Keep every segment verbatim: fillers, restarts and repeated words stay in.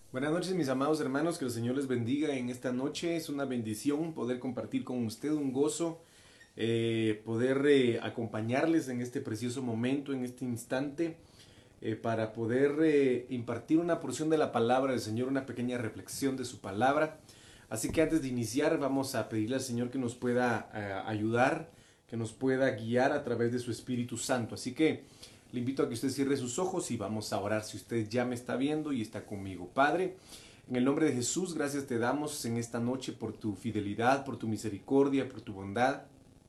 Buenas noches, mis amados hermanos, que el Señor les bendiga en esta noche. Es una bendición poder compartir con usted un gozo, eh, poder eh, acompañarles en este precioso momento, en este instante, eh, para poder eh, impartir una porción de la palabra del Señor, una pequeña reflexión de su palabra. Así que antes de iniciar vamos a pedirle al Señor que nos pueda eh, ayudar, que nos pueda guiar a través de su Espíritu Santo. Así que le invito a que usted cierre sus ojos y vamos a orar si usted ya me está viendo y está conmigo. Padre, en el nombre de Jesús, gracias te damos en esta noche por tu fidelidad, por tu misericordia, por tu bondad.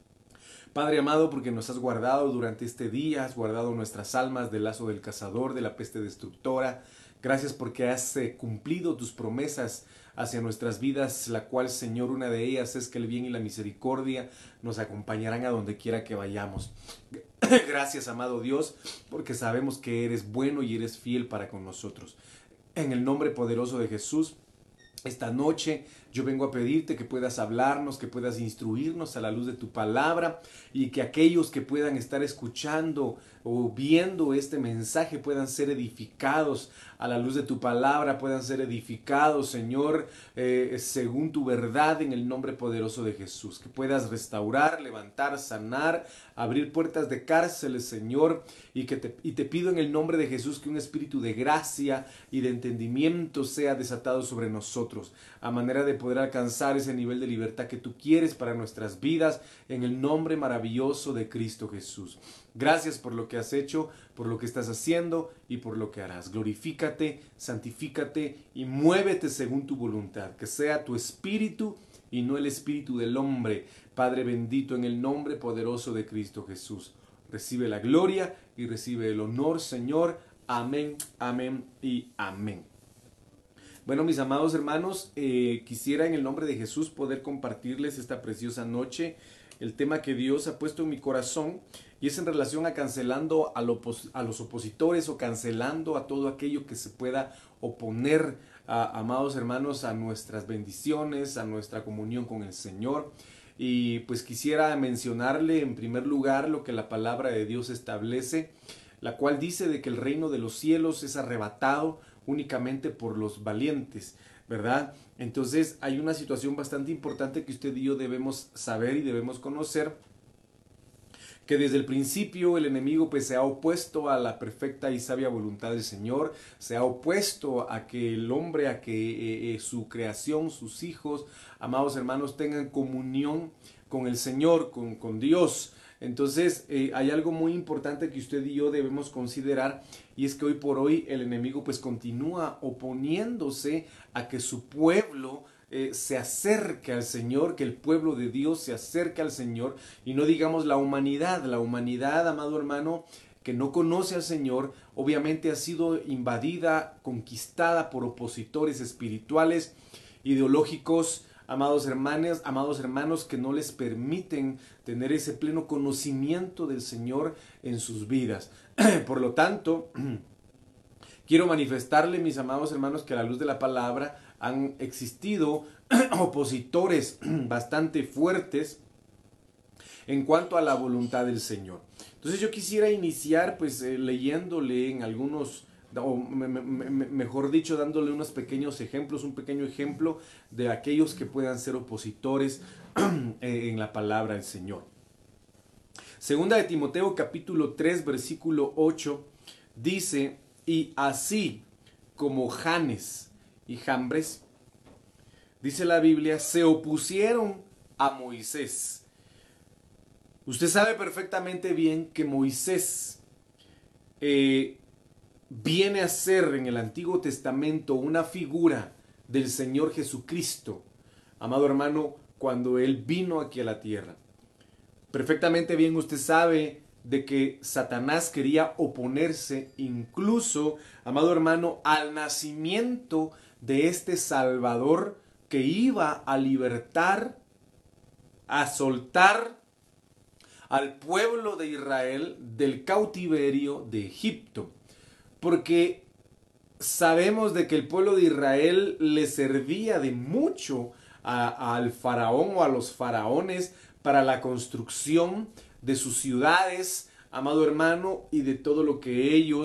Padre amado, porque nos has guardado durante este día, has guardado nuestras almas del lazo del cazador, de la peste destructora. Gracias porque has eh, cumplido tus promesas hacia nuestras vidas, la cual, Señor, una de ellas es que el bien y la misericordia nos acompañarán a donde quiera que vayamos. Gracias, amado Dios, porque sabemos que eres bueno y eres fiel para con nosotros. En el nombre poderoso de Jesús, esta noche yo vengo a pedirte que puedas hablarnos, que puedas instruirnos a la luz de tu palabra y que aquellos que puedan estar escuchando o viendo este mensaje puedan ser edificados a la luz de tu palabra, puedan ser edificados, Señor, eh, según tu verdad en el nombre poderoso de Jesús. Que puedas restaurar, levantar, sanar, abrir puertas de cárceles, Señor, y, que te, y te pido en el nombre de Jesús que un espíritu de gracia y de entendimiento sea desatado sobre nosotros, a manera de poder alcanzar ese nivel de libertad que tú quieres para nuestras vidas, en el nombre maravilloso de Cristo Jesús. Gracias por lo que has hecho, por lo que estás haciendo y por lo que harás. Glorifícate, santifícate y muévete según tu voluntad. Que sea tu espíritu y no el espíritu del hombre. Padre bendito, en el nombre poderoso de Cristo Jesús. Recibe la gloria y recibe el honor, Señor. Amén, amén y amén. Bueno, mis amados hermanos, eh, quisiera en el nombre de Jesús poder compartirles esta preciosa noche el tema que Dios ha puesto en mi corazón, y es en relación a cancelando a, lo, a los opositores o cancelando a todo aquello que se pueda oponer, a, amados hermanos, a nuestras bendiciones, a nuestra comunión con el Señor. Y pues quisiera mencionarle en primer lugar lo que la palabra de Dios establece, la cual dice de que el reino de los cielos es arrebatado únicamente por los valientes, ¿verdad? Entonces hay una situación bastante importante que usted y yo debemos saber y debemos conocer, que desde el principio el enemigo pues se ha opuesto a la perfecta y sabia voluntad del Señor, se ha opuesto a que el hombre, a que eh, eh, su creación, sus hijos, amados hermanos, tengan comunión con el Señor, con, con Dios. Entonces eh, hay algo muy importante que usted y yo debemos considerar, y es que hoy por hoy el enemigo pues continúa oponiéndose a que su pueblo eh, se acerque al Señor, que el pueblo de Dios se acerque al Señor, y no digamos la humanidad. La humanidad, amado hermano, que no conoce al Señor, obviamente ha sido invadida, conquistada por opositores espirituales, ideológicos, amados hermanos, amados hermanos, que no les permiten tener ese pleno conocimiento del Señor en sus vidas. Por lo tanto, quiero manifestarle, mis amados hermanos, que a la luz de la palabra han existido opositores bastante fuertes en cuanto a la voluntad del Señor. Entonces yo quisiera iniciar pues eh, leyéndole en algunos, o me, me, me, mejor dicho, dándole unos pequeños ejemplos, un pequeño ejemplo de aquellos que puedan ser opositores en la palabra del Señor. Segunda de Timoteo capítulo tres versículo ocho dice: y así como Janes y Jambres, dice la Biblia, se opusieron a Moisés. Usted sabe perfectamente bien que Moisés eh, viene a ser en el Antiguo Testamento una figura del Señor Jesucristo, amado hermano, cuando Él vino aquí a la tierra. Perfectamente bien usted sabe de que Satanás quería oponerse incluso, amado hermano, al nacimiento de este Salvador que iba a libertar, a soltar al pueblo de Israel del cautiverio de Egipto. Porque sabemos de que el pueblo de Israel le servía de mucho a, a, al faraón o a los faraones para la construcción de sus ciudades, amado hermano, y de todo lo que ellos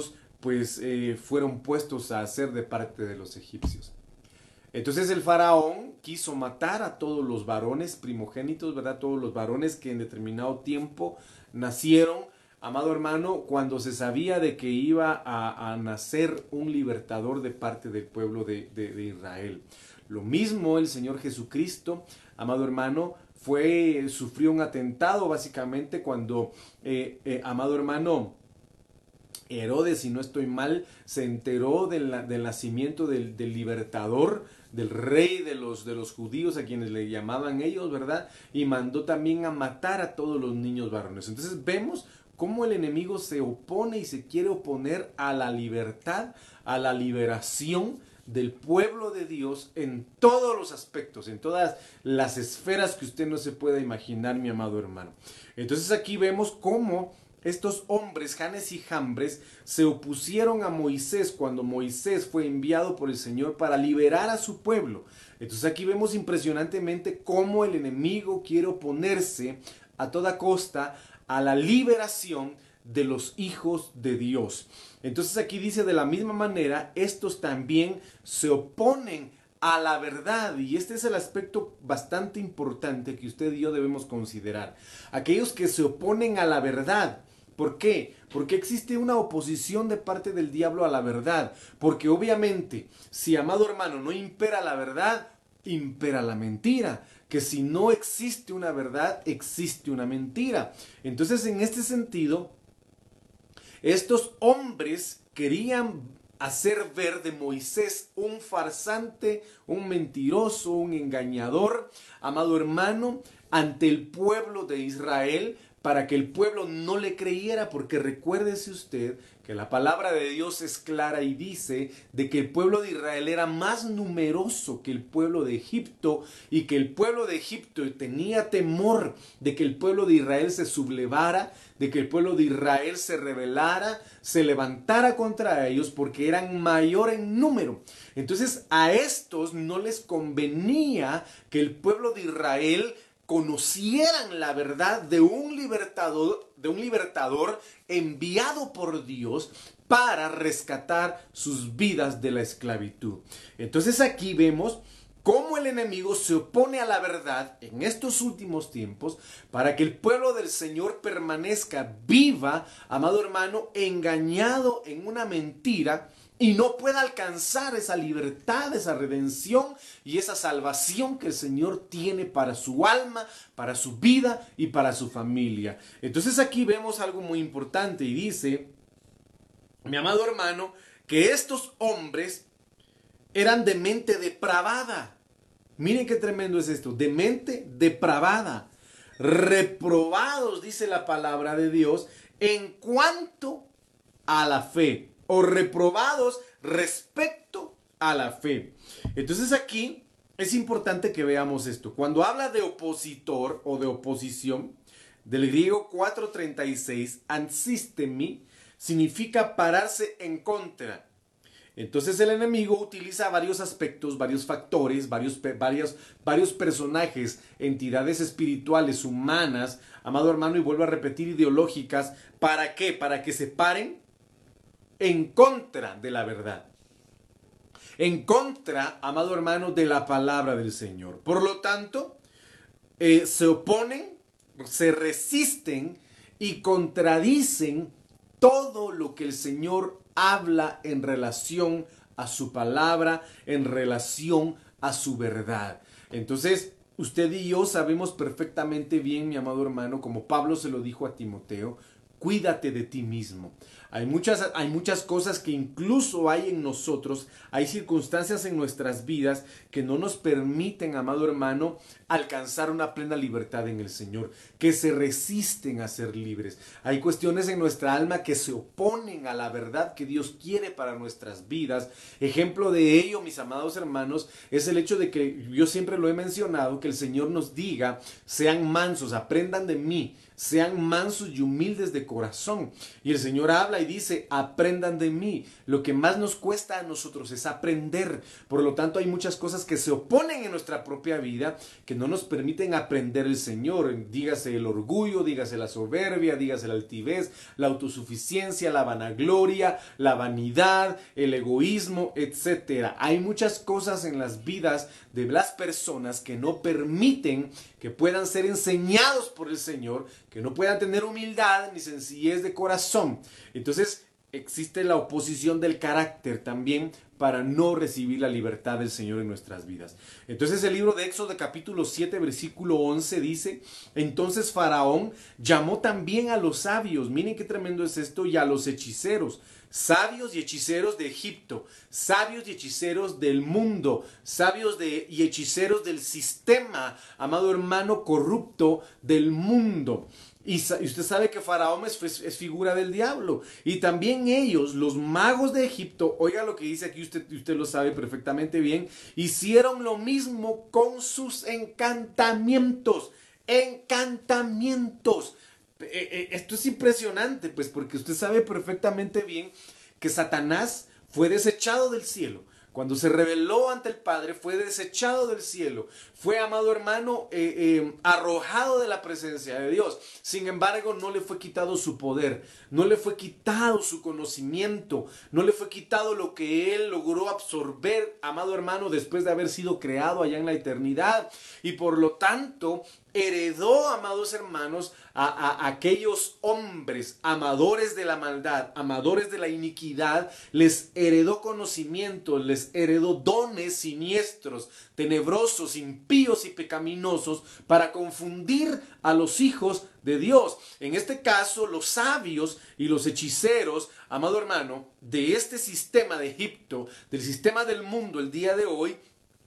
pues eh, fueron puestos a hacer de parte de los egipcios. Entonces el faraón quiso matar a todos los varones primogénitos, ¿verdad? Todos los varones que en determinado tiempo nacieron, amado hermano, cuando se sabía de que iba a, a nacer un libertador de parte del pueblo de, de, de Israel. Lo mismo el Señor Jesucristo, amado hermano, fue, sufrió un atentado básicamente cuando, eh, eh, amado hermano, Herodes, si no estoy mal, se enteró de la, del nacimiento del, del libertador, del rey de los, de los judíos, a quienes le llamaban ellos, ¿verdad? Y mandó también a matar a todos los niños varones. Entonces vemos cómo el enemigo se opone y se quiere oponer a la libertad, a la liberación del pueblo de Dios en todos los aspectos, en todas las esferas que usted no se pueda imaginar, mi amado hermano. Entonces aquí vemos cómo estos hombres, Janes y Jambres, se opusieron a Moisés cuando Moisés fue enviado por el Señor para liberar a su pueblo. Entonces aquí vemos impresionantemente cómo el enemigo quiere oponerse a toda costa a la liberación de los hijos de Dios. Entonces aquí dice, de la misma manera, estos también se oponen a la verdad, y este es el aspecto bastante importante que usted y yo debemos considerar. Aquellos que se oponen a la verdad. ¿Por qué? Porque existe una oposición de parte del diablo a la verdad. Porque obviamente, si, amado hermano, no impera la verdad, impera la mentira. Que si no existe una verdad, existe una mentira. Entonces, en este sentido, estos hombres querían hacer ver de Moisés un farsante, un mentiroso, un engañador, amado hermano, ante el pueblo de Israel, para que el pueblo no le creyera, porque recuérdese usted que la palabra de Dios es clara y dice de que el pueblo de Israel era más numeroso que el pueblo de Egipto, y que el pueblo de Egipto tenía temor de que el pueblo de Israel se sublevara, de que el pueblo de Israel se rebelara, se levantara contra ellos, porque eran mayor en número. Entonces a estos no les convenía que el pueblo de Israel conocieran la verdad de un libertador, de un libertador enviado por Dios para rescatar sus vidas de la esclavitud. Entonces aquí vemos cómo el enemigo se opone a la verdad en estos últimos tiempos para que el pueblo del Señor permanezca viva, amado hermano, engañado en una mentira, y no pueda alcanzar esa libertad, esa redención y esa salvación que el Señor tiene para su alma, para su vida y para su familia. Entonces aquí vemos algo muy importante y dice, mi amado hermano, que estos hombres eran de mente depravada. Miren qué tremendo es esto, de mente depravada, reprobados, dice la palabra de Dios, en cuanto a la fe, o reprobados respecto a la fe. Entonces aquí es importante que veamos esto. Cuando habla de opositor o de oposición, del griego cuatro treinta y seis, ansistemi, significa pararse en contra. Entonces el enemigo utiliza varios aspectos, varios factores, varios, varios, varios personajes, entidades espirituales, humanas, amado hermano, y vuelvo a repetir, ideológicas. ¿Para qué? Para que se paren en contra de la verdad, en contra, amado hermano, de la palabra del Señor. Por lo tanto, eh, se oponen, se resisten y contradicen todo lo que el Señor habla en relación a su palabra, en relación a su verdad. Entonces, usted y yo sabemos perfectamente bien, mi amado hermano, como Pablo se lo dijo a Timoteo, cuídate de ti mismo. Hay muchas, hay muchas cosas que incluso hay en nosotros, hay circunstancias en nuestras vidas que no nos permiten, amado hermano, alcanzar una plena libertad en el Señor, que se resisten a ser libres. Hay cuestiones en nuestra alma que se oponen a la verdad que Dios quiere para nuestras vidas. Ejemplo de ello, mis amados hermanos, es el hecho de que yo siempre lo he mencionado, que el Señor nos diga, sean mansos, aprendan de mí, sean mansos y humildes de corazón. Y el Señor habla y y dice, aprendan de mí. Lo que más nos cuesta a nosotros es aprender. Por lo tanto, hay muchas cosas que se oponen en nuestra propia vida que no nos permiten aprender el Señor. Dígase el orgullo, dígase la soberbia, dígase la altivez, la autosuficiencia, la vanagloria, la vanidad, el egoísmo, etcétera. Hay muchas cosas en las vidas de las personas que no permiten que puedan ser enseñados por el Señor, que no puedan tener humildad ni sencillez de corazón. Entonces existe la oposición del carácter también para no recibir la libertad del Señor en nuestras vidas. Entonces el libro de Éxodo capítulo siete versículo once dice, entonces Faraón llamó también a los sabios, miren qué tremendo es esto, y a los hechiceros, sabios y hechiceros de Egipto, sabios y hechiceros del mundo, sabios de, y hechiceros del sistema, amado hermano, corrupto del mundo. Y usted sabe que Faraón es, es figura del diablo. Y también ellos, los magos de Egipto, oiga lo que dice aquí, usted, usted lo sabe perfectamente bien, hicieron lo mismo con sus encantamientos. Encantamientos. Esto es impresionante, pues, porque usted sabe perfectamente bien que Satanás fue desechado del cielo. Cuando se rebeló ante el Padre, fue desechado del cielo. Fue, amado hermano, eh, eh, arrojado de la presencia de Dios. Sin embargo, no le fue quitado su poder. No le fue quitado su conocimiento. No le fue quitado lo que él logró absorber, amado hermano, después de haber sido creado allá en la eternidad. Y por lo tanto, heredó, amados hermanos, a, a, a aquellos hombres amadores de la maldad, amadores de la iniquidad, les heredó conocimiento, les heredó dones siniestros, tenebrosos, impíos y pecaminosos para confundir a los hijos de Dios. En este caso, los sabios y los hechiceros, amado hermano, de este sistema de Egipto, del sistema del mundo el día de hoy,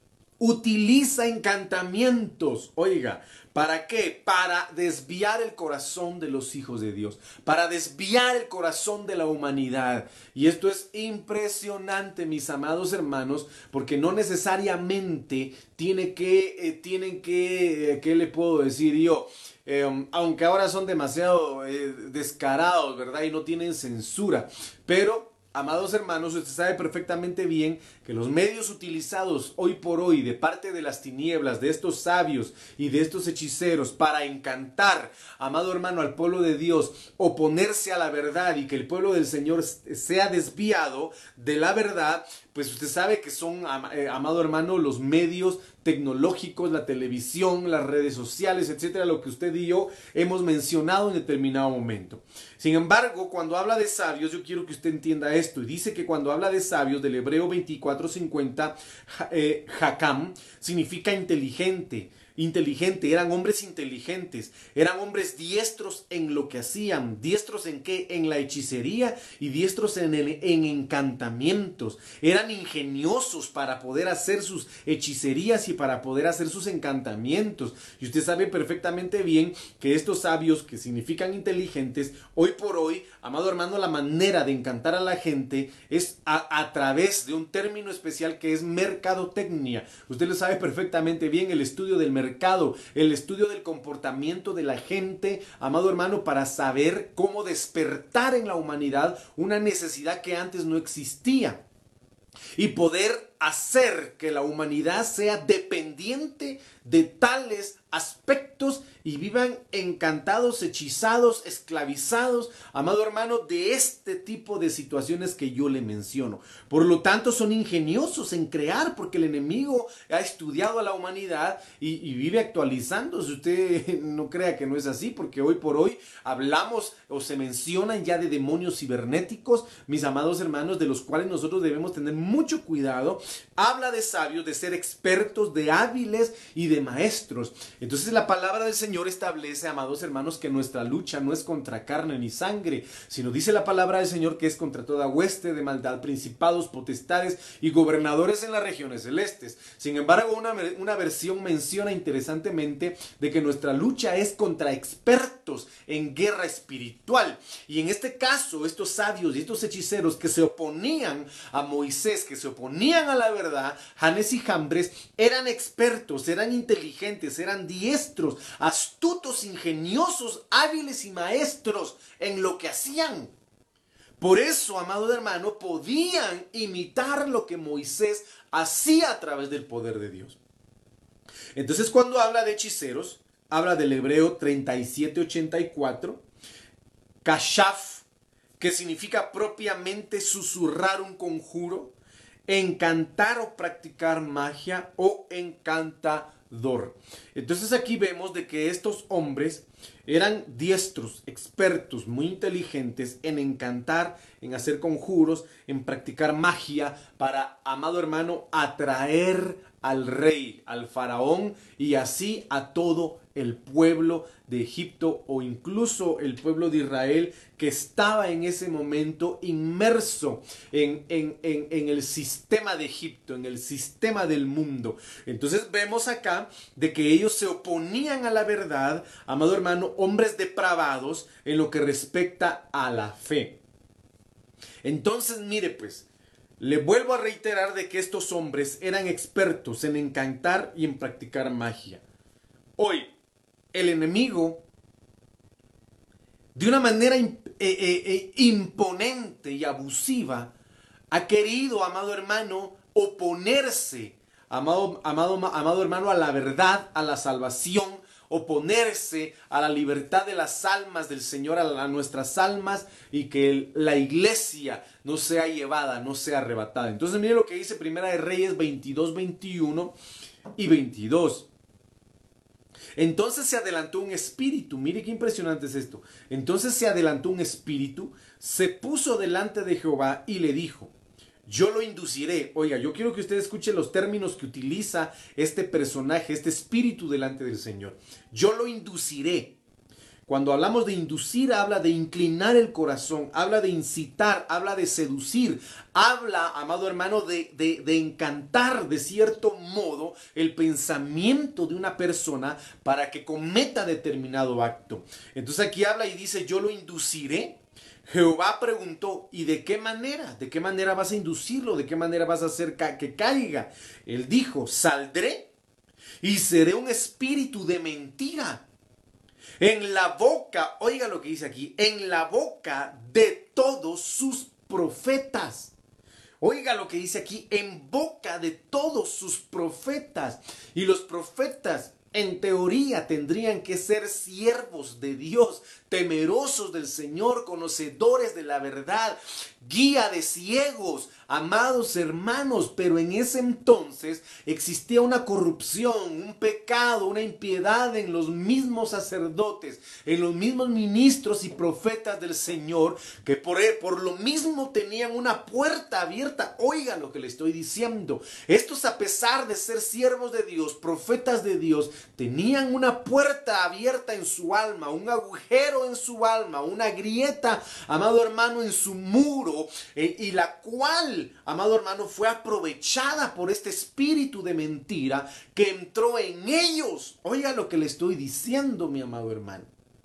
utiliza encantamientos, oiga, ¿para qué? Para desviar el corazón de los hijos de Dios, para desviar el corazón de la humanidad. Y esto es impresionante, mis amados hermanos, porque no necesariamente tiene que, eh, tienen que, eh, ¿qué le puedo decir yo? Eh, aunque ahora son demasiado eh, descarados, ¿verdad? Y no tienen censura, pero amados hermanos, usted sabe perfectamente bien que los medios utilizados hoy por hoy de parte de las tinieblas, de estos sabios y de estos hechiceros para encantar, amado hermano, al pueblo de Dios, oponerse a la verdad y que el pueblo del Señor sea desviado de la verdad, pues usted sabe que son, amado hermano, los medios tecnológicos, la televisión, las redes sociales, etcétera, lo que usted y yo hemos mencionado en determinado momento. Sin embargo, cuando habla de sabios, yo quiero que usted entienda esto. Y dice que cuando habla de sabios, del hebreo veinticuatro cincuenta, eh, Hakam significa inteligente. Inteligente, eran hombres inteligentes, eran hombres diestros en lo que hacían. ¿Diestros en qué? En la hechicería y diestros en, el, en encantamientos. Eran ingeniosos para poder hacer sus hechicerías y para poder hacer sus encantamientos. Y usted sabe perfectamente bien que estos sabios, que significan inteligentes, hoy por hoy, amado hermano, la manera de encantar a la gente es a, a través de un término especial que es mercadotecnia. Usted lo sabe perfectamente bien, el estudio del mercado mercado, el estudio del comportamiento de la gente, amado hermano, para saber cómo despertar en la humanidad una necesidad que antes no existía y poder hacer que la humanidad sea dependiente de tales aspectos y vivan encantados, hechizados, esclavizados, amado hermano, de este tipo de situaciones que yo le menciono. Por lo tanto, son ingeniosos en crear, porque el enemigo ha estudiado a la humanidad y, y vive actualizándose. Usted no crea que no es así, porque hoy por hoy hablamos o se mencionan ya de demonios cibernéticos, mis amados hermanos, de los cuales nosotros debemos tener mucho cuidado. Habla de sabios, de ser expertos, de hábiles y de maestros. Entonces la palabra del Señor establece, amados hermanos, que nuestra lucha no es contra carne ni sangre, sino dice la palabra del Señor que es contra toda hueste de maldad, principados, potestades y gobernadores en las regiones celestes. Sin embargo, una, una versión menciona interesantemente de que nuestra lucha es contra expertos en guerra espiritual. Y en este caso, estos sabios y estos hechiceros que se oponían a Moisés, que se oponían a la verdad, Janes y Jambres, eran expertos, eran inteligentes, eran diestros, astutos, ingeniosos, hábiles y maestros en lo que hacían. Por eso, amado hermano, podían imitar lo que Moisés hacía a través del poder de Dios. Entonces, cuando habla de hechiceros, habla del hebreo treinta y siete ochenta y cuatro, kashaf, que significa propiamente susurrar un conjuro, encantar o practicar magia o encantador. Entonces aquí vemos de que estos hombres eran diestros, expertos, muy inteligentes en encantar, en hacer conjuros, en practicar magia para, amado hermano, atraer al rey, al faraón y así a todo el pueblo de Egipto o incluso el pueblo de Israel que estaba en ese momento inmerso en, en, en, en el sistema de Egipto, en el sistema del mundo. Entonces vemos acá de que ellos se oponían a la verdad, amado hermano, hombres depravados en lo que respecta a la fe. Entonces mire pues, le vuelvo a reiterar de que estos hombres eran expertos en encantar y en practicar magia. Hoy, el enemigo, de una manera eh, eh, eh, imponente y abusiva, ha querido, amado hermano, oponerse, amado, amado, amado hermano, a la verdad, a la salvación, oponerse a la libertad de las almas del Señor, a, la, a nuestras almas, y que la iglesia no sea llevada, no sea arrebatada. Entonces mire lo que dice Primera de Reyes veintidós, veintiuno y veintidós. Entonces se adelantó un espíritu, mire qué impresionante es esto. Entonces se adelantó un espíritu, se puso delante de Jehová y le dijo: yo lo induciré. Oiga, yo quiero que usted escuche los términos que utiliza este personaje, este espíritu delante del Señor. Yo lo induciré. Cuando hablamos de inducir, habla de inclinar el corazón, habla de incitar, habla de seducir, habla, amado hermano, de, de, de encantar de cierto modo el pensamiento de una persona para que cometa determinado acto. Entonces aquí habla y dice: yo lo induciré. Jehová preguntó: ¿y de qué manera? ¿De qué manera vas a inducirlo? ¿De qué manera vas a hacer ca- que caiga? Él dijo: saldré y seré un espíritu de mentira en la boca, oiga lo que dice aquí, en la boca de todos sus profetas. Oiga lo que dice aquí, en boca de todos sus profetas. Y los profetas, en teoría, tendrían que ser siervos de Dios, temerosos del Señor, conocedores de la verdad, guía de ciegos, amados hermanos. Pero en ese entonces existía una corrupción, un pecado, una impiedad en los mismos sacerdotes, en los mismos ministros y profetas del Señor, que por, por lo mismo tenían una puerta abierta. Oiga lo que le estoy diciendo. Estos, a pesar de ser siervos de Dios, profetas de Dios, tenían una puerta abierta en su alma, un agujero en su alma, una grieta, amado hermano, en su muro, eh, y la cual, amado hermano, fue aprovechada por este espíritu de mentira que entró en ellos. Oiga lo que le estoy diciendo, mi amado hermano.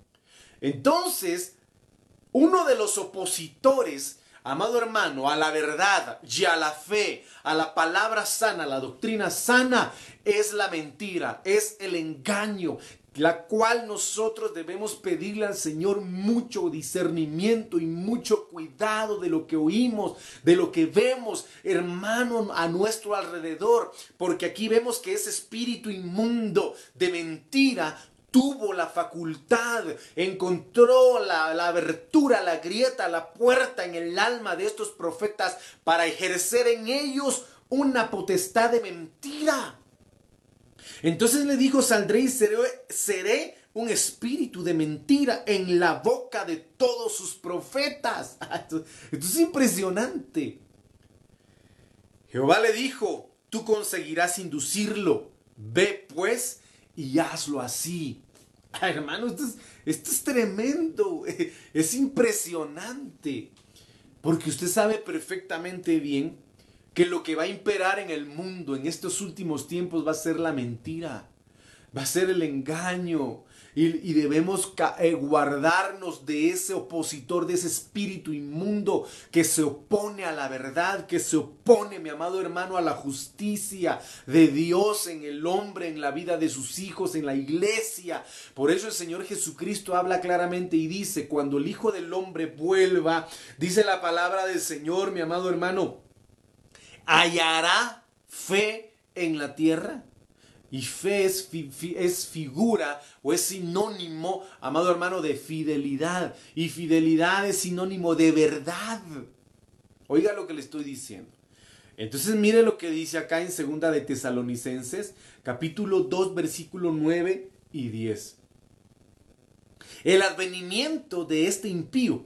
Entonces, uno de los opositores, amado hermano, a la verdad y a la fe, a la palabra sana, a la doctrina sana, es la mentira, es el engaño, la cual nosotros debemos pedirle al Señor mucho discernimiento y mucho cuidado de lo que oímos, de lo que vemos, hermano, a nuestro alrededor, porque aquí vemos que ese espíritu inmundo de mentira tuvo la facultad, encontró la, la abertura, la grieta, la puerta en el alma de estos profetas para ejercer en ellos una potestad de mentira. Entonces le dijo: saldré y seré, seré un espíritu de mentira en la boca de todos sus profetas. Esto, esto es impresionante. Jehová le dijo: tú conseguirás inducirlo. Ve pues y hazlo así. Ay, hermano, esto es, esto es tremendo, es impresionante, porque usted sabe perfectamente bien que lo que va a imperar en el mundo en estos últimos tiempos va a ser la mentira. va a ser el engaño. Y, y debemos eh, guardarnos de ese opositor, de ese espíritu inmundo que se opone a la verdad, que se opone, mi amado hermano, a la justicia de Dios en el hombre, en la vida de sus hijos, en la iglesia. Por eso el Señor Jesucristo habla claramente y dice, cuando el Hijo del Hombre vuelva, dice la palabra del Señor, mi amado hermano, ¿hallará fe en la tierra? Y fe es, fi, fi, es figura o es sinónimo, amado hermano, de fidelidad. Y fidelidad es sinónimo de verdad. Oiga lo que le estoy diciendo. Entonces mire lo que dice acá en segunda de Tesalonicenses, capítulo dos, versículo nueve y diez. El advenimiento de este impío,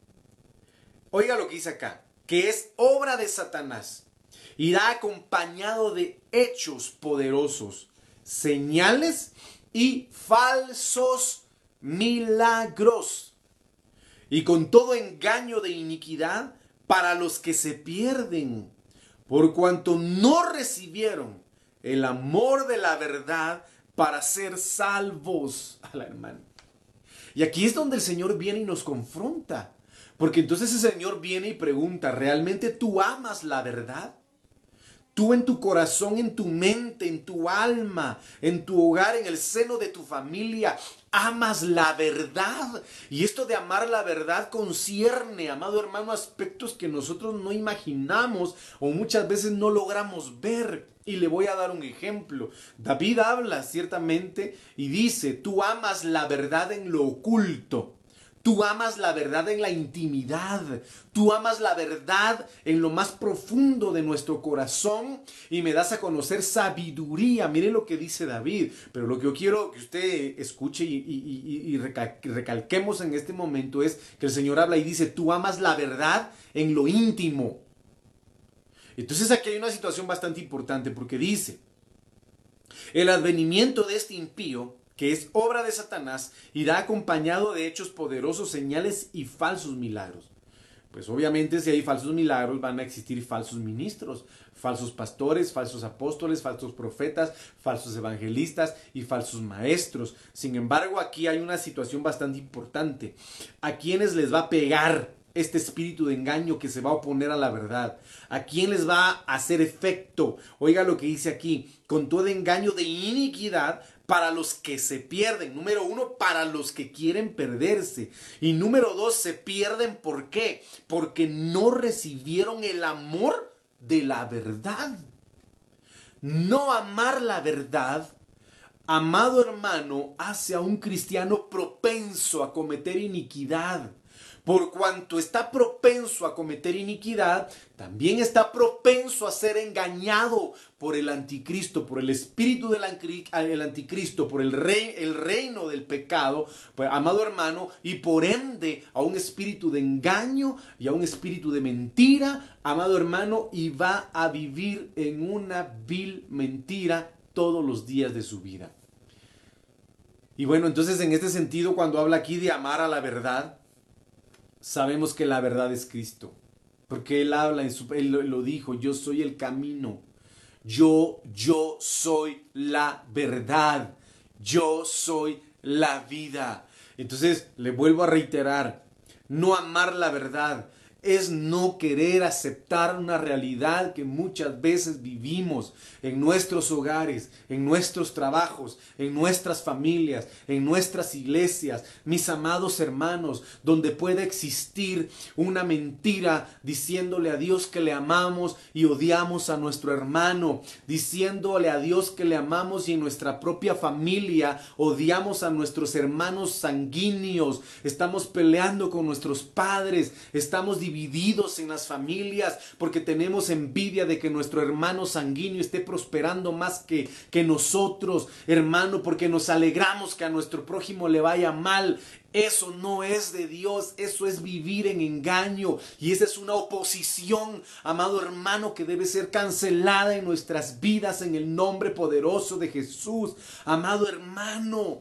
oiga lo que dice acá, que es obra de Satanás, irá acompañado de hechos poderosos, señales y falsos milagros, y con todo engaño de iniquidad para los que se pierden, por cuanto no recibieron el amor de la verdad para ser salvos. A la hermana. Y aquí es donde el Señor viene y nos confronta, porque entonces el Señor viene y pregunta, ¿realmente tú amas la verdad? Tú en tu corazón, en tu mente, en tu alma, en tu hogar, en el seno de tu familia, amas la verdad. Y esto de amar la verdad concierne, amado hermano, aspectos que nosotros no imaginamos o muchas veces no logramos ver. Y le voy a dar un ejemplo. David habla ciertamente y dice, tú amas la verdad en lo oculto. Tú amas la verdad en la intimidad. Tú amas la verdad en lo más profundo de nuestro corazón y me das a conocer sabiduría. Mire lo que dice David. Pero lo que yo quiero que usted escuche y, y, y, y recalquemos en este momento es que el Señor habla y dice, tú amas la verdad en lo íntimo. Entonces aquí hay una situación bastante importante porque dice, el advenimiento de este impío, que es obra de Satanás, irá acompañado de hechos poderosos, señales y falsos milagros. Pues obviamente si hay falsos milagros van a existir falsos ministros, falsos pastores, falsos apóstoles, falsos profetas, falsos evangelistas y falsos maestros. Sin embargo, aquí hay una situación bastante importante. ¿A quiénes les va a pegar este espíritu de engaño que se va a oponer a la verdad? ¿A quién les va a hacer efecto? Oiga lo que dice aquí, con todo engaño de iniquidad para los que se pierden. Número uno, para los que quieren perderse. Y número dos, se pierden ¿por qué? Porque no recibieron el amor de la verdad. No amar la verdad, amado hermano, hace a un cristiano propenso a cometer iniquidad. Por cuanto está propenso a cometer iniquidad, también está propenso a ser engañado por el anticristo, por el espíritu del anticristo, por el, rey, el reino del pecado, pues, amado hermano, y por ende a un espíritu de engaño y a un espíritu de mentira, amado hermano, y va a vivir en una vil mentira todos los días de su vida. Y bueno, entonces en este sentido, cuando habla aquí de amar a la verdad, sabemos que la verdad es Cristo, porque Él habla, en su, Él lo dijo, yo soy el camino, yo, yo soy la verdad, yo soy la vida. Entonces, le vuelvo a reiterar, no amar la verdad es no querer aceptar una realidad que muchas veces vivimos en nuestros hogares, en nuestros trabajos, en nuestras familias, en nuestras iglesias, mis amados hermanos, donde puede existir una mentira diciéndole a Dios que le amamos y odiamos a nuestro hermano, diciéndole a Dios que le amamos y en nuestra propia familia odiamos a nuestros hermanos sanguíneos, estamos peleando con nuestros padres, estamos divididos divididos en las familias porque tenemos envidia de que nuestro hermano sanguíneo esté prosperando más que, que nosotros, hermano, porque nos alegramos que a nuestro prójimo le vaya mal. Eso no es de Dios, eso es vivir en engaño y esa es una oposición, amado hermano, que debe ser cancelada en nuestras vidas en el nombre poderoso de Jesús, amado hermano.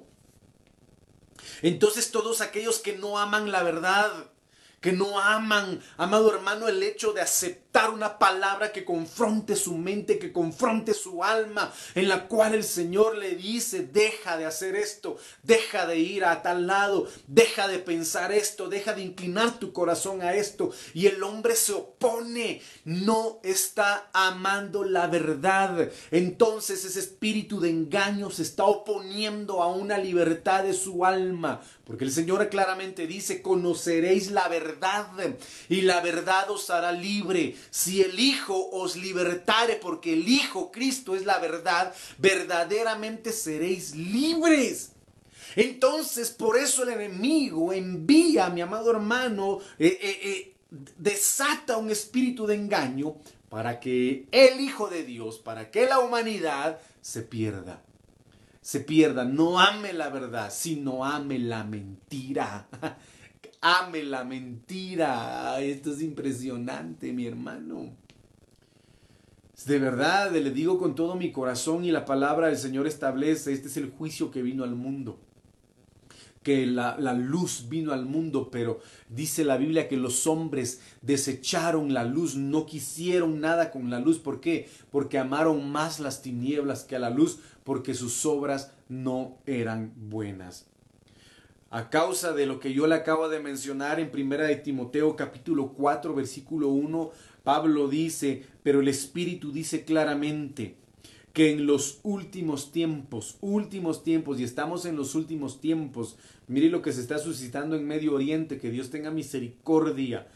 Entonces todos aquellos que no aman la verdad, que no aman, amado hermano, el hecho de aceptar soltar una palabra que confronte su mente, que confronte su alma, en la cual el Señor le dice, deja de hacer esto, deja de ir a tal lado, deja de pensar esto, deja de inclinar tu corazón a esto. Y el hombre se opone, no está amando la verdad. Entonces ese espíritu de engaño se está oponiendo a una libertad de su alma. Porque el Señor claramente dice, conoceréis la verdad y la verdad os hará libre. Si el Hijo os libertare, porque el Hijo, Cristo, es la verdad, verdaderamente seréis libres. Entonces, por eso el enemigo envía, mi amado hermano, eh, eh, eh, desata un espíritu de engaño para que el Hijo de Dios, para que la humanidad se pierda. Se pierda, no ame la verdad, sino ame la mentira. Ame la mentira. Esto es impresionante, mi hermano. De verdad, le digo con todo mi corazón, y la palabra del Señor establece, este es el juicio que vino al mundo. Que la, la luz vino al mundo, pero dice la Biblia que los hombres desecharon la luz, no quisieron nada con la luz. ¿Por qué? Porque amaron más las tinieblas que a la luz, porque sus obras no eran buenas. A causa de lo que yo le acabo de mencionar en primera de Timoteo capítulo cuatro versículo uno, Pablo dice, pero el Espíritu dice claramente que en los últimos tiempos, últimos tiempos, y estamos en los últimos tiempos, mire lo que se está suscitando en Medio Oriente, que Dios tenga misericordia.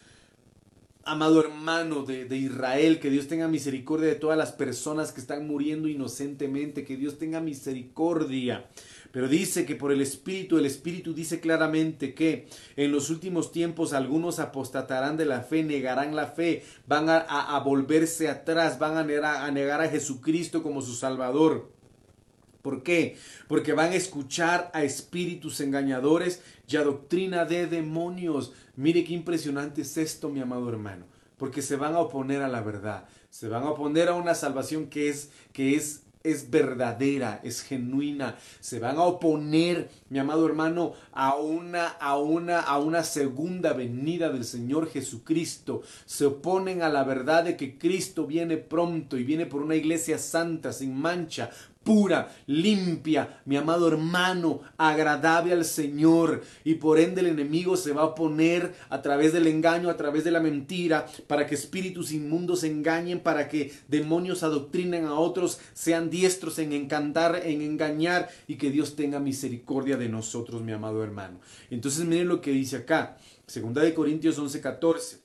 Amado hermano de, de Israel, que Dios tenga misericordia de todas las personas que están muriendo inocentemente, que Dios tenga misericordia. Pero dice que por el Espíritu, el Espíritu dice claramente que en los últimos tiempos algunos apostatarán de la fe, negarán la fe, van a, a, a volverse atrás, van a negar, a negar a Jesucristo como su Salvador. ¿Por qué? Porque van a escuchar a espíritus engañadores y a doctrina de demonios. Mire qué impresionante es esto, mi amado hermano. Porque se van a oponer a la verdad. Se van a oponer a una salvación que es, que es, es verdadera, es genuina. Se van a oponer, mi amado hermano, a una, a una, a una segunda venida del Señor Jesucristo. Se oponen a la verdad de que Cristo viene pronto y viene por una iglesia santa, sin mancha, pura, limpia, mi amado hermano, agradable al Señor. Y por ende el enemigo se va a oponer a través del engaño, a través de la mentira, para que espíritus inmundos engañen, para que demonios adoctrinen a otros, sean diestros en encantar, en engañar, y que Dios tenga misericordia de nosotros, mi amado hermano. Entonces miren lo que dice acá, segunda de Corintios once catorce.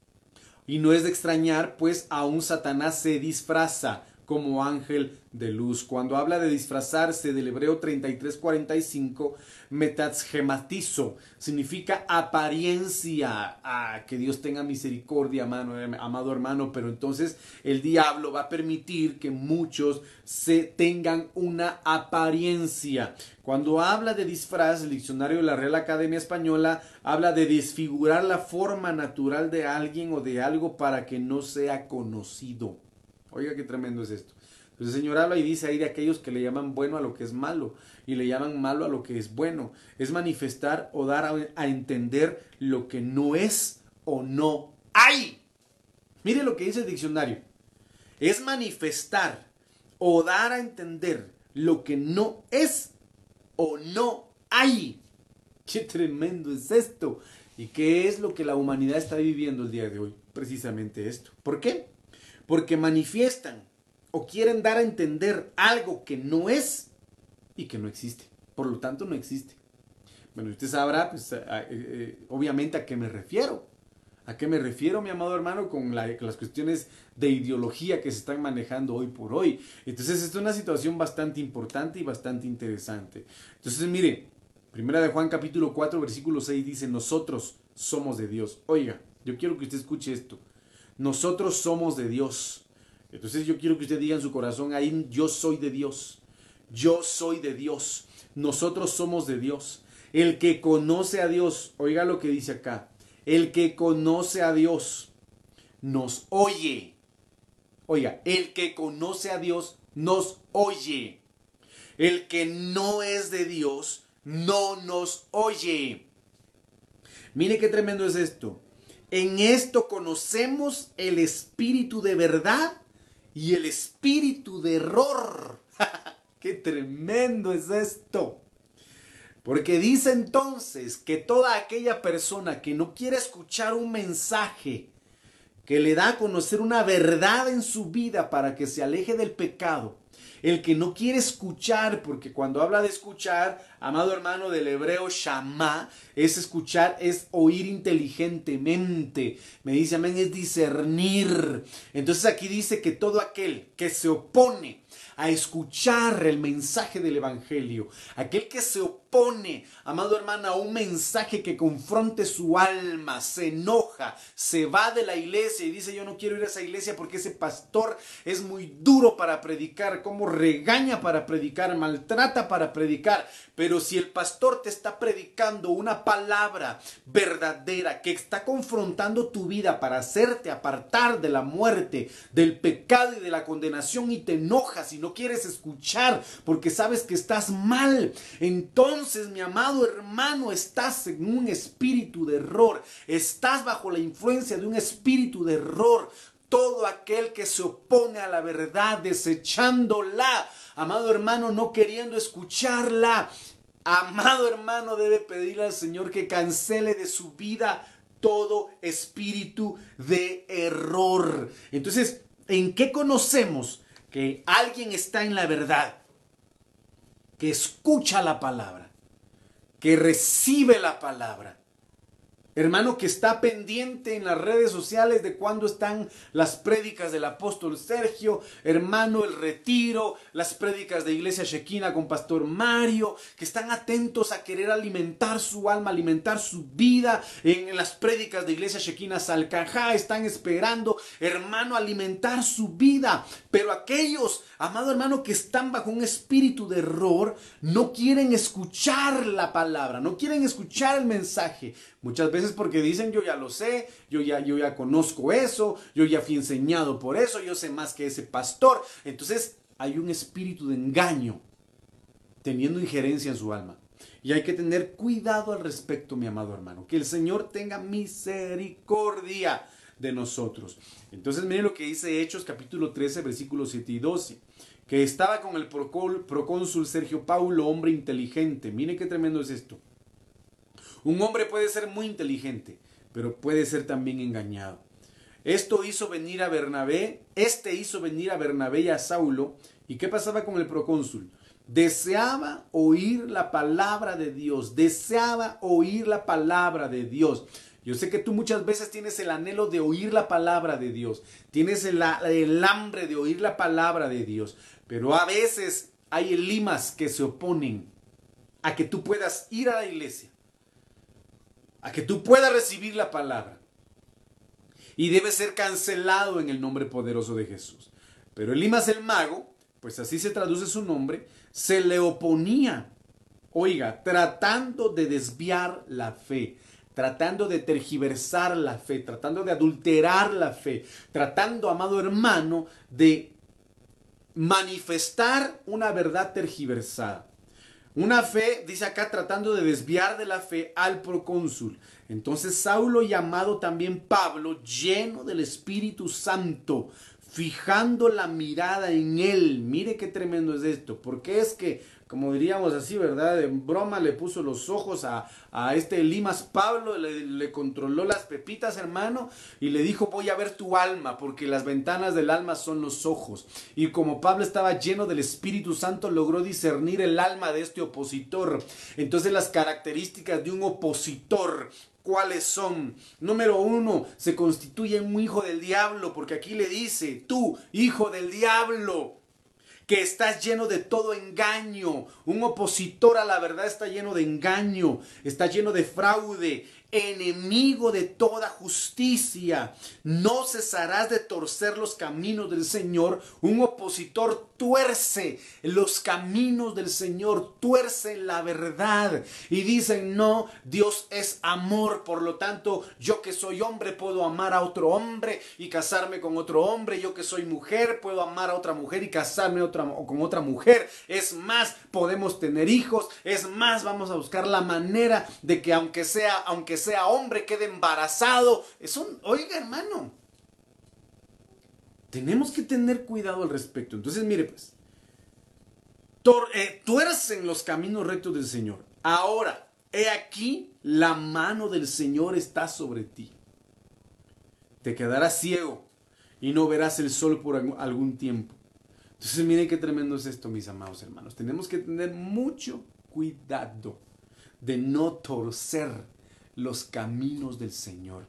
Y no es de extrañar, pues aún Satanás se disfraza como ángel de luz. Cuando habla de disfrazarse, del hebreo treinta y tres cuarenta y cinco, metaschematizo, significa apariencia. Ah, que Dios tenga misericordia, amado, amado hermano, pero entonces el diablo va a permitir que muchos se tengan una apariencia. Cuando habla de disfraz, el diccionario de la Real Academia Española habla de desfigurar la forma natural de alguien o de algo para que no sea conocido. Oiga, qué tremendo es esto. Entonces el Señor habla y dice ahí de aquellos que le llaman bueno a lo que es malo y le llaman malo a lo que es bueno. Es manifestar o dar a, a entender lo que no es o no hay. Mire lo que dice el diccionario. Es manifestar o dar a entender lo que no es o no hay. Qué tremendo es esto. ¿Y qué es lo que la humanidad está viviendo el día de hoy? Precisamente esto. ¿Por qué? Porque manifiestan o quieren dar a entender algo que no es y que no existe. Por lo tanto, no existe. Bueno, usted sabrá, pues, eh, eh, obviamente, a qué me refiero. ¿A qué me refiero, mi amado hermano? Con, la, con las cuestiones de ideología que se están manejando hoy por hoy. Entonces, esta es una situación bastante importante y bastante interesante. Entonces, mire, Primera de Juan capítulo cuatro, versículo seis dice, nosotros somos de Dios. Oiga, yo quiero que usted escuche esto. Nosotros somos de Dios. Entonces yo quiero que usted diga en su corazón ahí, yo soy de Dios. Yo soy de Dios. Nosotros somos de Dios. El que conoce a Dios, oiga lo que dice acá. El que conoce a Dios nos oye. Oiga, el que conoce a Dios nos oye. El que no es de Dios no nos oye. Mire qué tremendo es esto. En esto conocemos el espíritu de verdad y el espíritu de error. ¡Qué tremendo es esto! Porque dice entonces que toda aquella persona que no quiere escuchar un mensaje que le da a conocer una verdad en su vida para que se aleje del pecado, el que no quiere escuchar, porque cuando habla de escuchar, amado hermano, del hebreo shamá, es escuchar, es oír inteligentemente. Me dice amén, es discernir. Entonces aquí dice que todo aquel que se opone a escuchar el mensaje del evangelio, aquel que se opone, amado hermano, a un mensaje que confronte su alma, se enoja, se va de la iglesia y dice: yo no quiero ir a esa iglesia porque ese pastor es muy duro para predicar, como regaña para predicar, maltrata para predicar. Pero si el pastor te está predicando una palabra verdadera que está confrontando tu vida para hacerte apartar de la muerte, del pecado y de la condenación, y te enojas y no quieres escuchar porque sabes que estás mal, entonces, mi amado hermano, estás en un espíritu de error, estás bajo la influencia de un espíritu de error. Todo aquel que se opone a la verdad, desechándola, amado hermano, no queriendo escucharla, amado hermano, debe pedirle al Señor que cancele de su vida todo espíritu de error. Entonces, ¿en qué conocemos que alguien está en la verdad? Que escucha la palabra, que recibe la palabra. Hermano, que está pendiente en las redes sociales de cuándo están las prédicas del apóstol Sergio, hermano, el retiro, las prédicas de Iglesia Shekinah con Pastor Mario, que están atentos a querer alimentar su alma, alimentar su vida. En las prédicas de Iglesia Shekinah Salcajá están esperando, hermano, alimentar su vida. Pero aquellos, amado hermano, que están bajo un espíritu de error, no quieren escuchar la palabra, no quieren escuchar el mensaje. Muchas veces porque dicen: yo ya lo sé, yo ya, yo ya conozco eso, yo ya fui enseñado por eso, yo sé más que ese pastor. Entonces hay un espíritu de engaño teniendo injerencia en su alma. Y hay que tener cuidado al respecto, mi amado hermano. Que el Señor tenga misericordia de nosotros. Entonces miren lo que dice Hechos capítulo trece, versículos siete y doce. Que estaba con el procónsul Sergio Paulo, hombre inteligente. Miren qué tremendo es esto. Un hombre puede ser muy inteligente, pero puede ser también engañado. Esto hizo venir a Bernabé, este hizo venir a Bernabé y a Saulo. ¿Y qué pasaba con el procónsul? Deseaba oír la palabra de Dios, deseaba oír la palabra de Dios. Yo sé que tú muchas veces tienes el anhelo de oír la palabra de Dios, tienes el, el hambre de oír la palabra de Dios, pero a veces hay limas que se oponen a que tú puedas ir a la iglesia, a que tú puedas recibir la palabra. Y debe ser cancelado en el nombre poderoso de Jesús. Pero Elimas el mago, pues así se traduce su nombre, se le oponía, oiga, tratando de desviar la fe, tratando de tergiversar la fe, tratando de adulterar la fe, tratando, amado hermano, de manifestar una verdad tergiversada. Una fe, dice acá, tratando de desviar de la fe al procónsul. Entonces Saulo, llamado también Pablo, lleno del Espíritu Santo, fijando la mirada en él. Mire qué tremendo es esto. Porque es que, como diríamos así, ¿verdad? En broma le puso los ojos a, a este Elimas Pablo, le, le controló las pepitas, hermano, y le dijo: voy a ver tu alma, porque las ventanas del alma son los ojos. Y como Pablo estaba lleno del Espíritu Santo, logró discernir el alma de este opositor. Entonces las características de un opositor, ¿cuáles son? Número uno, se constituye un hijo del diablo, porque aquí le dice: tú, hijo del diablo, que estás lleno de todo engaño. Un opositor a la verdad está lleno de engaño, está lleno de fraude, enemigo de toda justicia. No cesarás de torcer los caminos del Señor. Un opositor tuerce los caminos del Señor, tuerce la verdad y dicen: no, Dios es amor, por lo tanto yo que soy hombre puedo amar a otro hombre y casarme con otro hombre, yo que soy mujer puedo amar a otra mujer y casarme otra, con otra mujer. Es más, podemos tener hijos, es más, vamos a buscar la manera de que aunque sea, aunque sea hombre quede embarazado. Eso, oiga, hermano, tenemos que tener cuidado al respecto. Entonces, mire pues, tor eh, tuercen los caminos rectos del Señor. Ahora, he aquí, la mano del Señor está sobre ti. Te quedarás ciego y no verás el sol por algún tiempo. Entonces, miren qué tremendo es esto, mis amados hermanos. Tenemos que tener mucho cuidado de no torcer los caminos del Señor.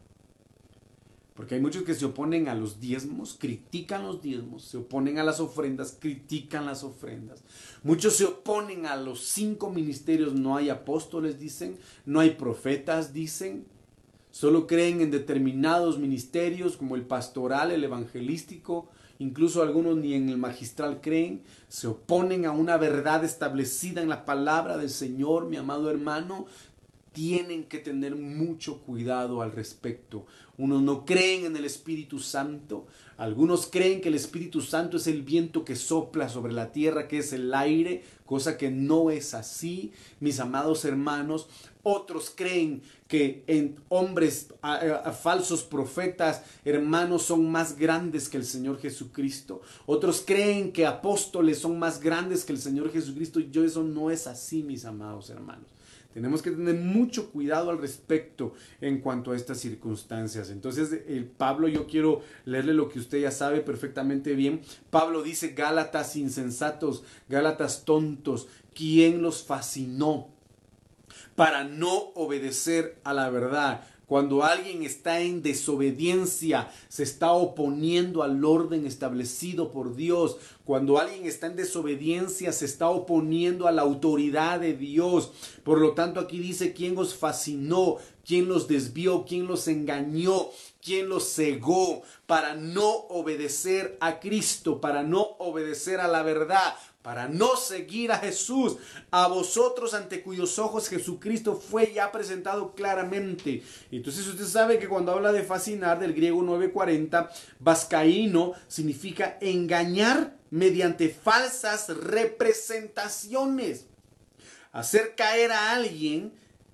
Porque hay muchos que se oponen a los diezmos, critican los diezmos, se oponen a las ofrendas, critican las ofrendas. Muchos se oponen a los cinco ministerios, no hay apóstoles, dicen, no hay profetas, dicen. Solo creen en determinados ministerios como el pastoral, el evangelístico, incluso algunos ni en el magistral creen. Se oponen a una verdad establecida en la palabra del Señor, mi amado hermano. Tienen que tener mucho cuidado al respecto. Unos no creen en el Espíritu Santo. Algunos creen que el Espíritu Santo es el viento que sopla sobre la tierra, que es el aire, cosa que no es así, mis amados hermanos. Otros creen que en hombres a, a, falsos profetas, hermanos, son más grandes que el Señor Jesucristo. Otros creen que apóstoles son más grandes que el Señor Jesucristo. Y yo, eso no es así, mis amados hermanos. Tenemos que tener mucho cuidado al respecto en cuanto a estas circunstancias. Entonces, el Pablo, yo quiero leerle lo que usted ya sabe perfectamente bien. Pablo dice: Gálatas insensatos, Gálatas tontos, ¿quién los fascinó para no obedecer a la verdad? Cuando alguien está en desobediencia, se está oponiendo al orden establecido por Dios. Cuando alguien está en desobediencia, se está oponiendo a la autoridad de Dios. Por lo tanto, aquí dice: ¿quién os fascinó? ¿Quién los desvió? ¿Quién los engañó? ¿Quién los cegó para no obedecer a Cristo? Para no obedecer a la verdad. Para no seguir a Jesús, a vosotros ante cuyos ojos Jesucristo fue ya presentado claramente. Entonces usted sabe que cuando habla de fascinar, del griego nueve cuarenta, vascaíno significa engañar mediante falsas representaciones. Hacer caer a alguien,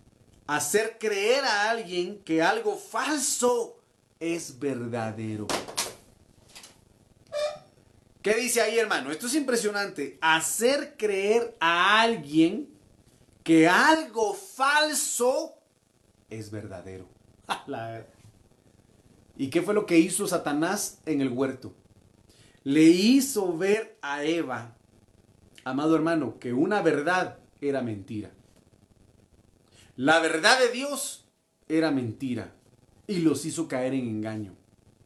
hacer creer a alguien que algo falso es verdadero. ¿Qué dice ahí, hermano? Esto es impresionante. Hacer creer a alguien que algo falso es verdadero. ¿Y qué fue lo que hizo Satanás en el huerto? Le hizo ver a Eva, amado hermano, que una verdad era mentira. La verdad de Dios era mentira y los hizo caer en engaño.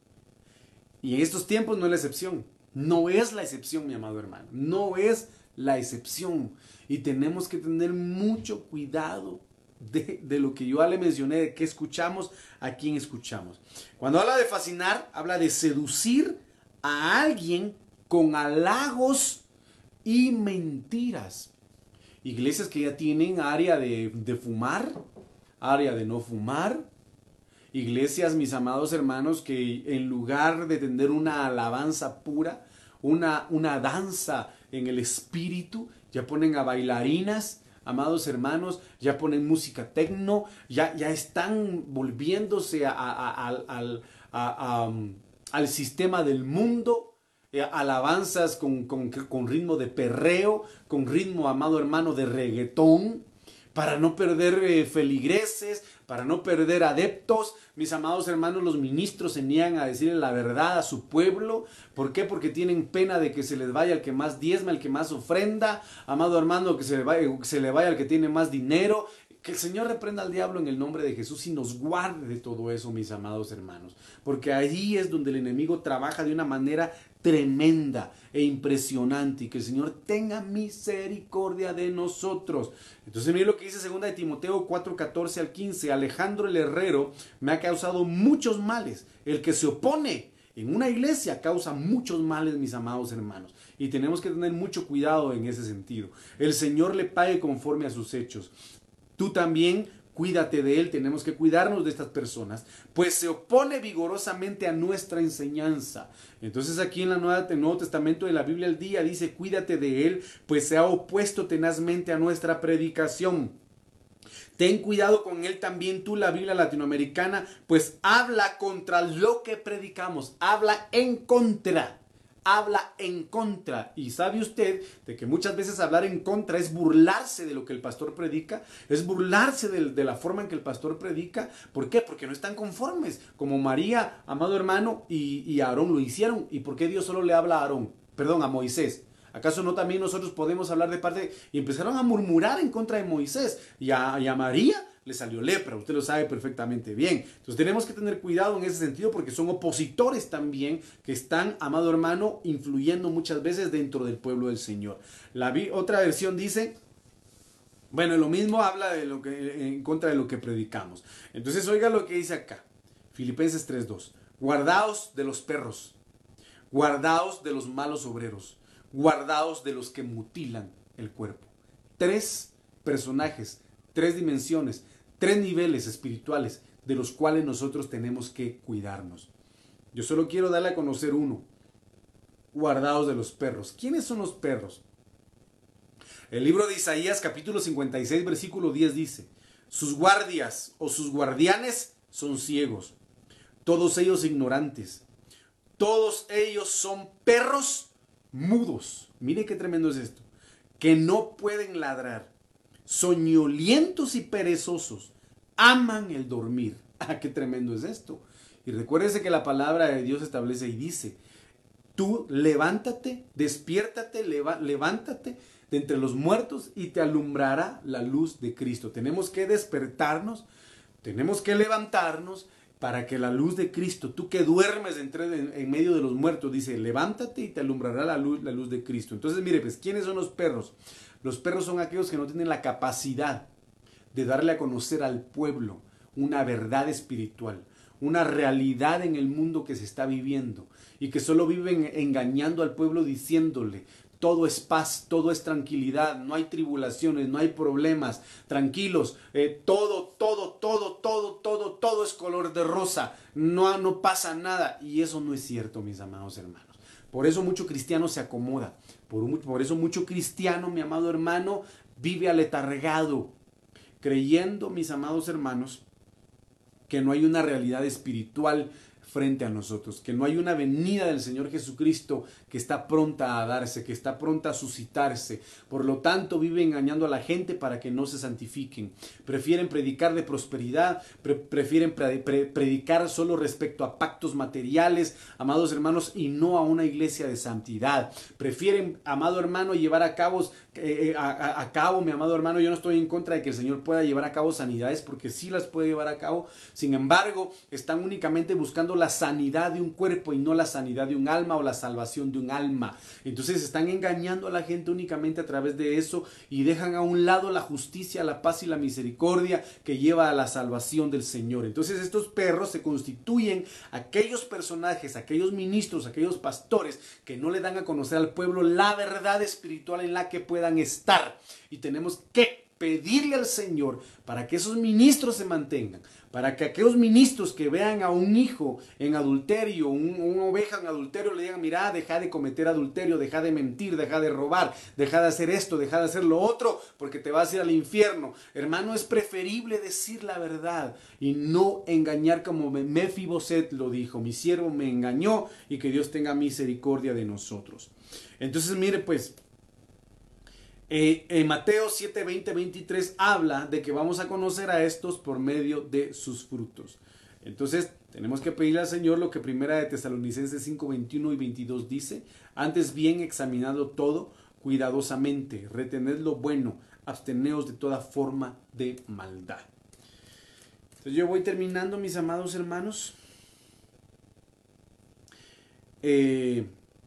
Y en estos tiempos no es la excepción. No es la excepción, mi amado hermano. No es la excepción. Y tenemos que tener mucho cuidado de, de lo que yo ya le mencioné, de qué escuchamos, a quién escuchamos. Cuando habla de fascinar, habla de seducir a alguien con halagos y mentiras. Iglesias que ya tienen área de, de fumar, área de no fumar. Iglesias, mis amados hermanos, que en lugar de tener una alabanza pura, una, una danza en el espíritu, ya ponen a bailarinas, amados hermanos, ya ponen música tecno, ya, ya están volviéndose a, a, a, a, a, a, al sistema del mundo. Eh, alabanzas con, con, con ritmo de perreo, con ritmo, amado hermano, de reggaetón, para no perder eh, feligreses, para no perder adeptos. Mis amados hermanos, los ministros se niegan a decirle la verdad a su pueblo. ¿Por qué? Porque tienen pena de que se les vaya el que más diezma, el que más ofrenda. Amado hermano, que se le vaya, que se le vaya el que tiene más dinero. Que el Señor reprenda al diablo en el nombre de Jesús y nos guarde de todo eso, mis amados hermanos. Porque ahí es donde el enemigo trabaja de una manera tremenda e impresionante. Y que el Señor tenga misericordia de nosotros. Entonces mire lo que dice segunda de Timoteo cuatro, catorce al quince. Alejandro el herrero me ha causado muchos males. El que se opone en una iglesia causa muchos males, mis amados hermanos. Y tenemos que tener mucho cuidado en ese sentido. El Señor le pague conforme a sus hechos. Tú también cuídate de él, tenemos que cuidarnos de estas personas, pues se opone vigorosamente a nuestra enseñanza. Entonces aquí en la Nueva, el Nuevo Testamento de la Biblia al día dice: cuídate de él, pues se ha opuesto tenazmente a nuestra predicación. Ten cuidado con él también tú, la Biblia latinoamericana, pues habla contra lo que predicamos, habla en contra. Habla en contra. Y sabe usted de que muchas veces hablar en contra es burlarse de lo que el pastor predica, es burlarse de, de la forma en que el pastor predica. ¿Por qué? Porque no están conformes, como María, amado hermano, y, y Aarón lo hicieron. ¿Y por qué Dios solo le habla a Aarón? Perdón, a Moisés. ¿Acaso no también nosotros podemos hablar de parte? Y empezaron a murmurar en contra de Moisés. Y a, y a María le salió lepra, usted lo sabe perfectamente bien. Entonces tenemos que tener cuidado en ese sentido porque son opositores también que están, amado hermano, influyendo muchas veces dentro del pueblo del Señor. La otra versión dice, bueno, lo mismo habla de lo que, en contra de lo que predicamos. Entonces oiga lo que dice acá, Filipenses tres dos. Guardaos de los perros, guardaos de los malos obreros, guardaos de los que mutilan el cuerpo. Tres personajes, tres dimensiones, tres niveles espirituales de los cuales nosotros tenemos que cuidarnos. Yo solo quiero darle a conocer uno. Guardaos de los perros. ¿Quiénes son los perros? El libro de Isaías capítulo cincuenta y seis versículo diez dice, sus guardias o sus guardianes son ciegos, todos ellos ignorantes, todos ellos son perros mudos. Mire qué tremendo es esto, que no pueden ladrar, soñolientos y perezosos, aman el dormir. Ah, qué tremendo es esto. Y recuérdese que la palabra de Dios establece y dice, tú levántate, despiértate, leva, levántate de entre los muertos y te alumbrará la luz de Cristo. Tenemos que despertarnos, tenemos que levantarnos para que la luz de Cristo, tú que duermes entre, en, en medio de los muertos, dice, levántate y te alumbrará la luz, la luz de Cristo. Entonces, mire, pues, ¿quiénes son los perros? Los perros son aquellos que no tienen la capacidad de darle a conocer al pueblo una verdad espiritual, una realidad en el mundo que se está viviendo y que solo viven engañando al pueblo diciéndole, todo es paz, todo es tranquilidad, no hay tribulaciones, no hay problemas, tranquilos, eh, todo, todo, todo, todo, todo, todo es color de rosa, no, no pasa nada. Y eso no es cierto, mis amados hermanos. Por eso mucho cristiano se acomoda, por, por eso mucho cristiano, mi amado hermano, vive aletargado, creyendo, mis amados hermanos, que no hay una realidad espiritual frente a nosotros, que no hay una venida del Señor Jesucristo que está pronta a darse, que está pronta a suscitarse. Por lo tanto, vive engañando a la gente para que no se santifiquen. Prefieren predicar de prosperidad, pre prefieren pre pre predicar solo respecto a pactos materiales, amados hermanos, y no a una iglesia de santidad. Prefieren, amado hermano, llevar a cabo, eh, a, a, a cabo, mi amado hermano, yo no estoy en contra de que el Señor pueda llevar a cabo sanidades, porque sí las puede llevar a cabo. Sin embargo, están únicamente buscando la sanidad de un cuerpo y no la sanidad de un alma o la salvación de un alma. Entonces están engañando a la gente únicamente a través de eso y dejan a un lado la justicia, la paz y la misericordia que lleva a la salvación del Señor. Entonces estos perros se constituyen aquellos personajes, aquellos ministros, aquellos pastores que no le dan a conocer al pueblo la verdad espiritual en la que puedan estar. Y tenemos que pedirle al Señor para que esos ministros se mantengan, para que aquellos ministros que vean a un hijo en adulterio, un, una oveja en adulterio, le digan, mira, deja de cometer adulterio, deja de mentir, deja de robar, deja de hacer esto, deja de hacer lo otro, porque te vas a ir al infierno. Hermano, es preferible decir la verdad y no engañar como Mefiboset lo dijo, mi siervo me engañó y que Dios tenga misericordia de nosotros. Entonces, mire, pues, Eh, en Mateo siete, veinte, veintitrés habla de que vamos a conocer a estos por medio de sus frutos. Entonces tenemos que pedirle al Señor lo que primera de Tesalonicenses cinco, veintiuno y veintidós dice, antes bien examinado todo cuidadosamente, retened lo bueno, absteneos de toda forma de maldad. Entonces yo voy terminando, mis amados hermanos. Eh,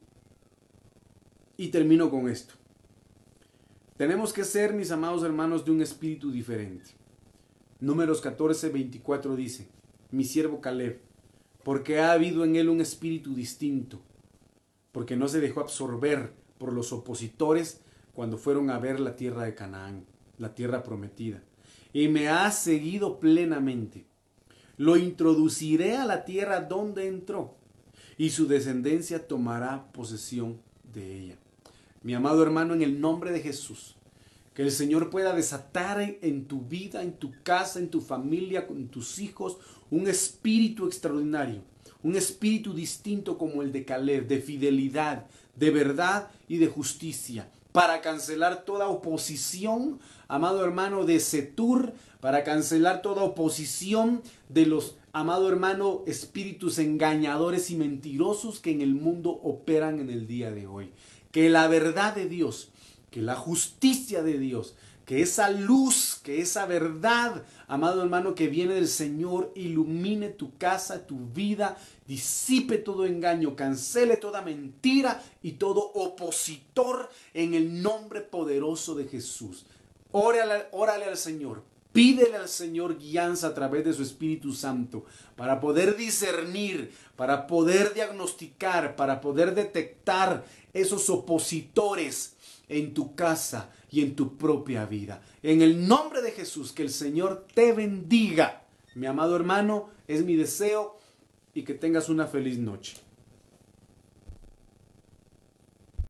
y termino con esto. Tenemos que ser, mis amados hermanos, de un espíritu diferente. Números catorce, veinticuatro dice, mi siervo Caleb, porque ha habido en él un espíritu distinto, porque no se dejó absorber por los opositores cuando fueron a ver la tierra de Canaán, la tierra prometida, y me ha seguido plenamente. Lo introduciré a la tierra donde entró, y su descendencia tomará posesión de ella. Mi amado hermano, en el nombre de Jesús, Que el Señor pueda desatar en tu vida, en tu casa, en tu familia, con tus hijos, un espíritu extraordinario. Un espíritu distinto como el de Caleb, de fidelidad, de verdad y de justicia. Para cancelar toda oposición, amado hermano, de Setur, para cancelar toda oposición de los, amado hermano, espíritus engañadores y mentirosos que en el mundo operan en el día de hoy. Que la verdad de Dios, que la justicia de Dios, que esa luz, que esa verdad, amado hermano, que viene del Señor, ilumine tu casa, tu vida, disipe todo engaño, cancele toda mentira y todo opositor en el nombre poderoso de Jesús. Órale, órale al Señor, pídele al Señor guianza a través de su Espíritu Santo para poder discernir, para poder diagnosticar, para poder detectar esos opositores en tu casa y en tu propia vida. En el nombre de Jesús, que el Señor te bendiga. Mi amado hermano, es mi deseo y que tengas una feliz noche.